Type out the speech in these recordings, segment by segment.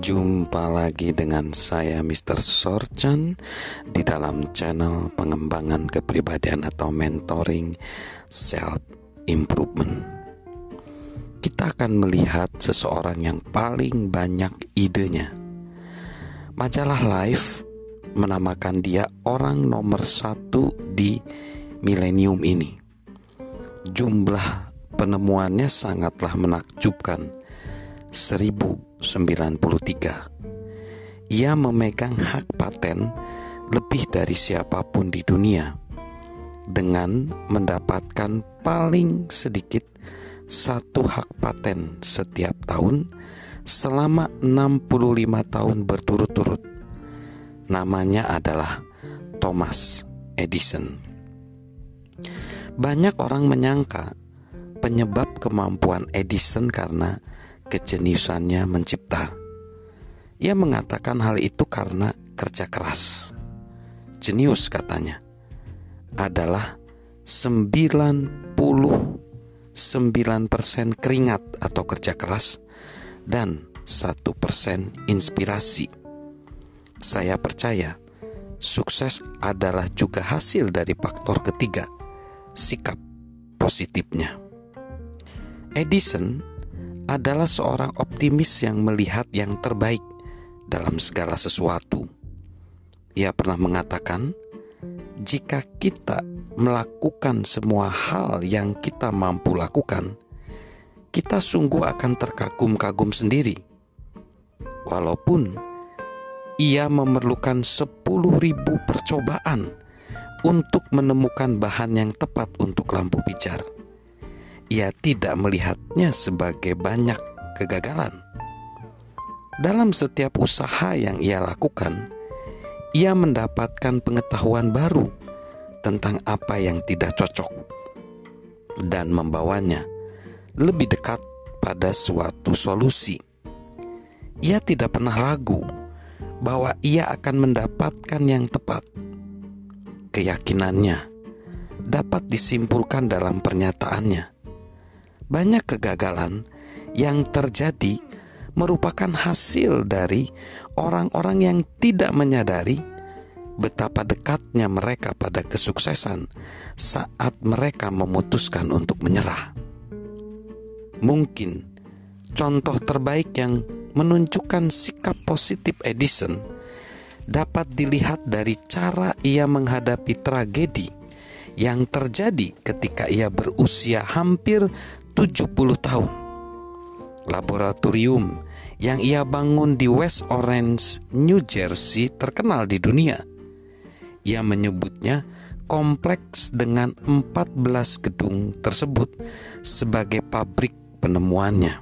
Jumpa lagi dengan saya Mr. Sorchan di dalam channel pengembangan kepribadian atau mentoring self improvement. Kita akan melihat seseorang yang paling banyak idenya. Majalah Life menamakan dia orang nomor 1 di milenium ini. Jumlah penemuannya sangatlah menakjubkan, 1093. Ia memegang hak paten lebih dari siapapun di dunia, dengan mendapatkan paling sedikit 1 hak paten setiap tahun selama 65 tahun berturut-turut. Namanya adalah Thomas Edison. Banyak orang menyangka penyebab kemampuan Edison karena kejeniusannya mencipta. Ia mengatakan hal itu karena kerja keras. Jenius, katanya, adalah 99% keringat atau kerja keras dan 1% inspirasi. Saya percaya sukses adalah juga hasil dari faktor ketiga, sikap positifnya. Edison adalah seorang optimis yang melihat yang terbaik dalam segala sesuatu. Ia pernah mengatakan, jika kita melakukan semua hal yang kita mampu lakukan, kita sungguh akan terkagum-kagum sendiri. Walaupun ia memerlukan 10.000 percobaan untuk menemukan bahan yang tepat untuk lampu pijar, ia tidak melihatnya sebagai banyak kegagalan. Dalam setiap usaha yang ia lakukan, ia mendapatkan pengetahuan baru tentang apa yang tidak cocok dan membawanya lebih dekat pada suatu solusi. Ia tidak pernah ragu bahwa ia akan mendapatkan yang tepat. Keyakinannya dapat disimpulkan dalam pernyataannya. Banyak kegagalan yang terjadi merupakan hasil dari orang-orang yang tidak menyadari betapa dekatnya mereka pada kesuksesan saat mereka memutuskan untuk menyerah. Mungkin contoh terbaik yang menunjukkan sikap positif Edison dapat dilihat dari cara ia menghadapi tragedi yang terjadi ketika ia berusia hampir 70 tahun. Laboratorium yang ia bangun di West Orange, New Jersey terkenal di dunia. Ia menyebutnya kompleks dengan 14 gedung tersebut sebagai pabrik penemuannya.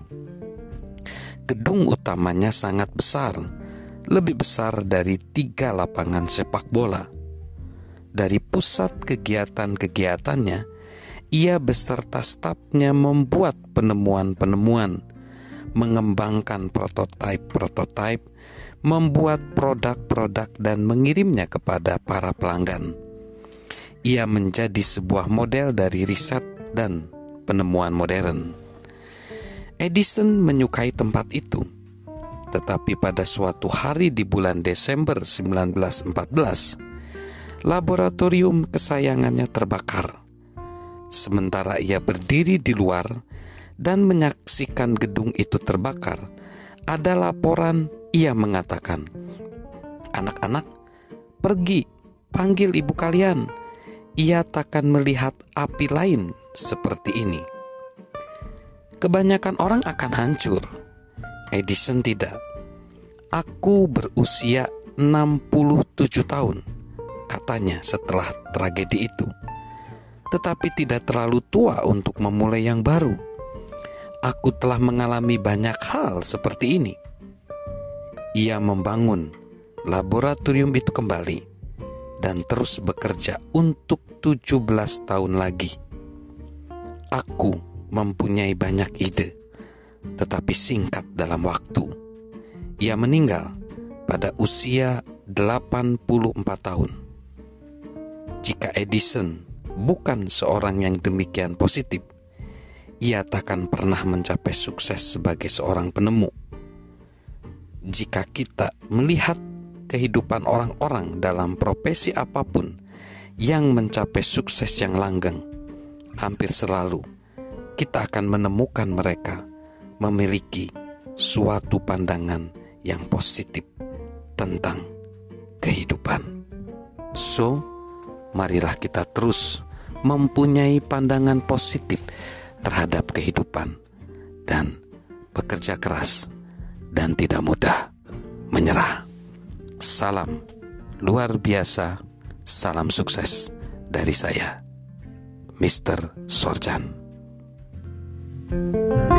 Gedung utamanya sangat besar, lebih besar dari 3 lapangan sepak bola. Dari pusat kegiatan-kegiatannya, ia beserta stafnya membuat penemuan-penemuan, mengembangkan prototipe-prototipe, membuat produk-produk dan mengirimnya kepada para pelanggan. Ia menjadi sebuah model dari riset dan penemuan modern. Edison menyukai tempat itu, tetapi pada suatu hari di bulan Desember 1914, laboratorium kesayangannya terbakar. Sementara ia berdiri di luar dan menyaksikan gedung itu terbakar, ada laporan. Ia mengatakan, "Anak-anak, pergi, panggil ibu kalian. Ia takkan melihat api lain seperti ini." Kebanyakan orang akan hancur. Edison tidak. "Aku berusia 67 tahun," katanya setelah tragedi itu, "tetapi tidak terlalu tua untuk memulai yang baru. Aku telah mengalami banyak hal seperti ini." Ia membangun laboratorium itu kembali dan terus bekerja untuk 17 tahun lagi. "Aku mempunyai banyak ide, tetapi singkat dalam waktu." Ia meninggal pada usia 84 tahun. Jika Edison bukan seorang yang demikian positif, ia takkan pernah mencapai sukses sebagai seorang penemu. jika kita melihat kehidupan orang-orang dalam profesi apapun yang mencapai sukses yang langgeng, hampir selalu kita akan menemukan mereka memiliki suatu pandangan yang positif tentang kehidupan. So, marilah kita terus mempunyai pandangan positif terhadap kehidupan dan bekerja keras dan tidak mudah menyerah. Salam luar biasa, salam sukses dari saya, Mr. Sorjan.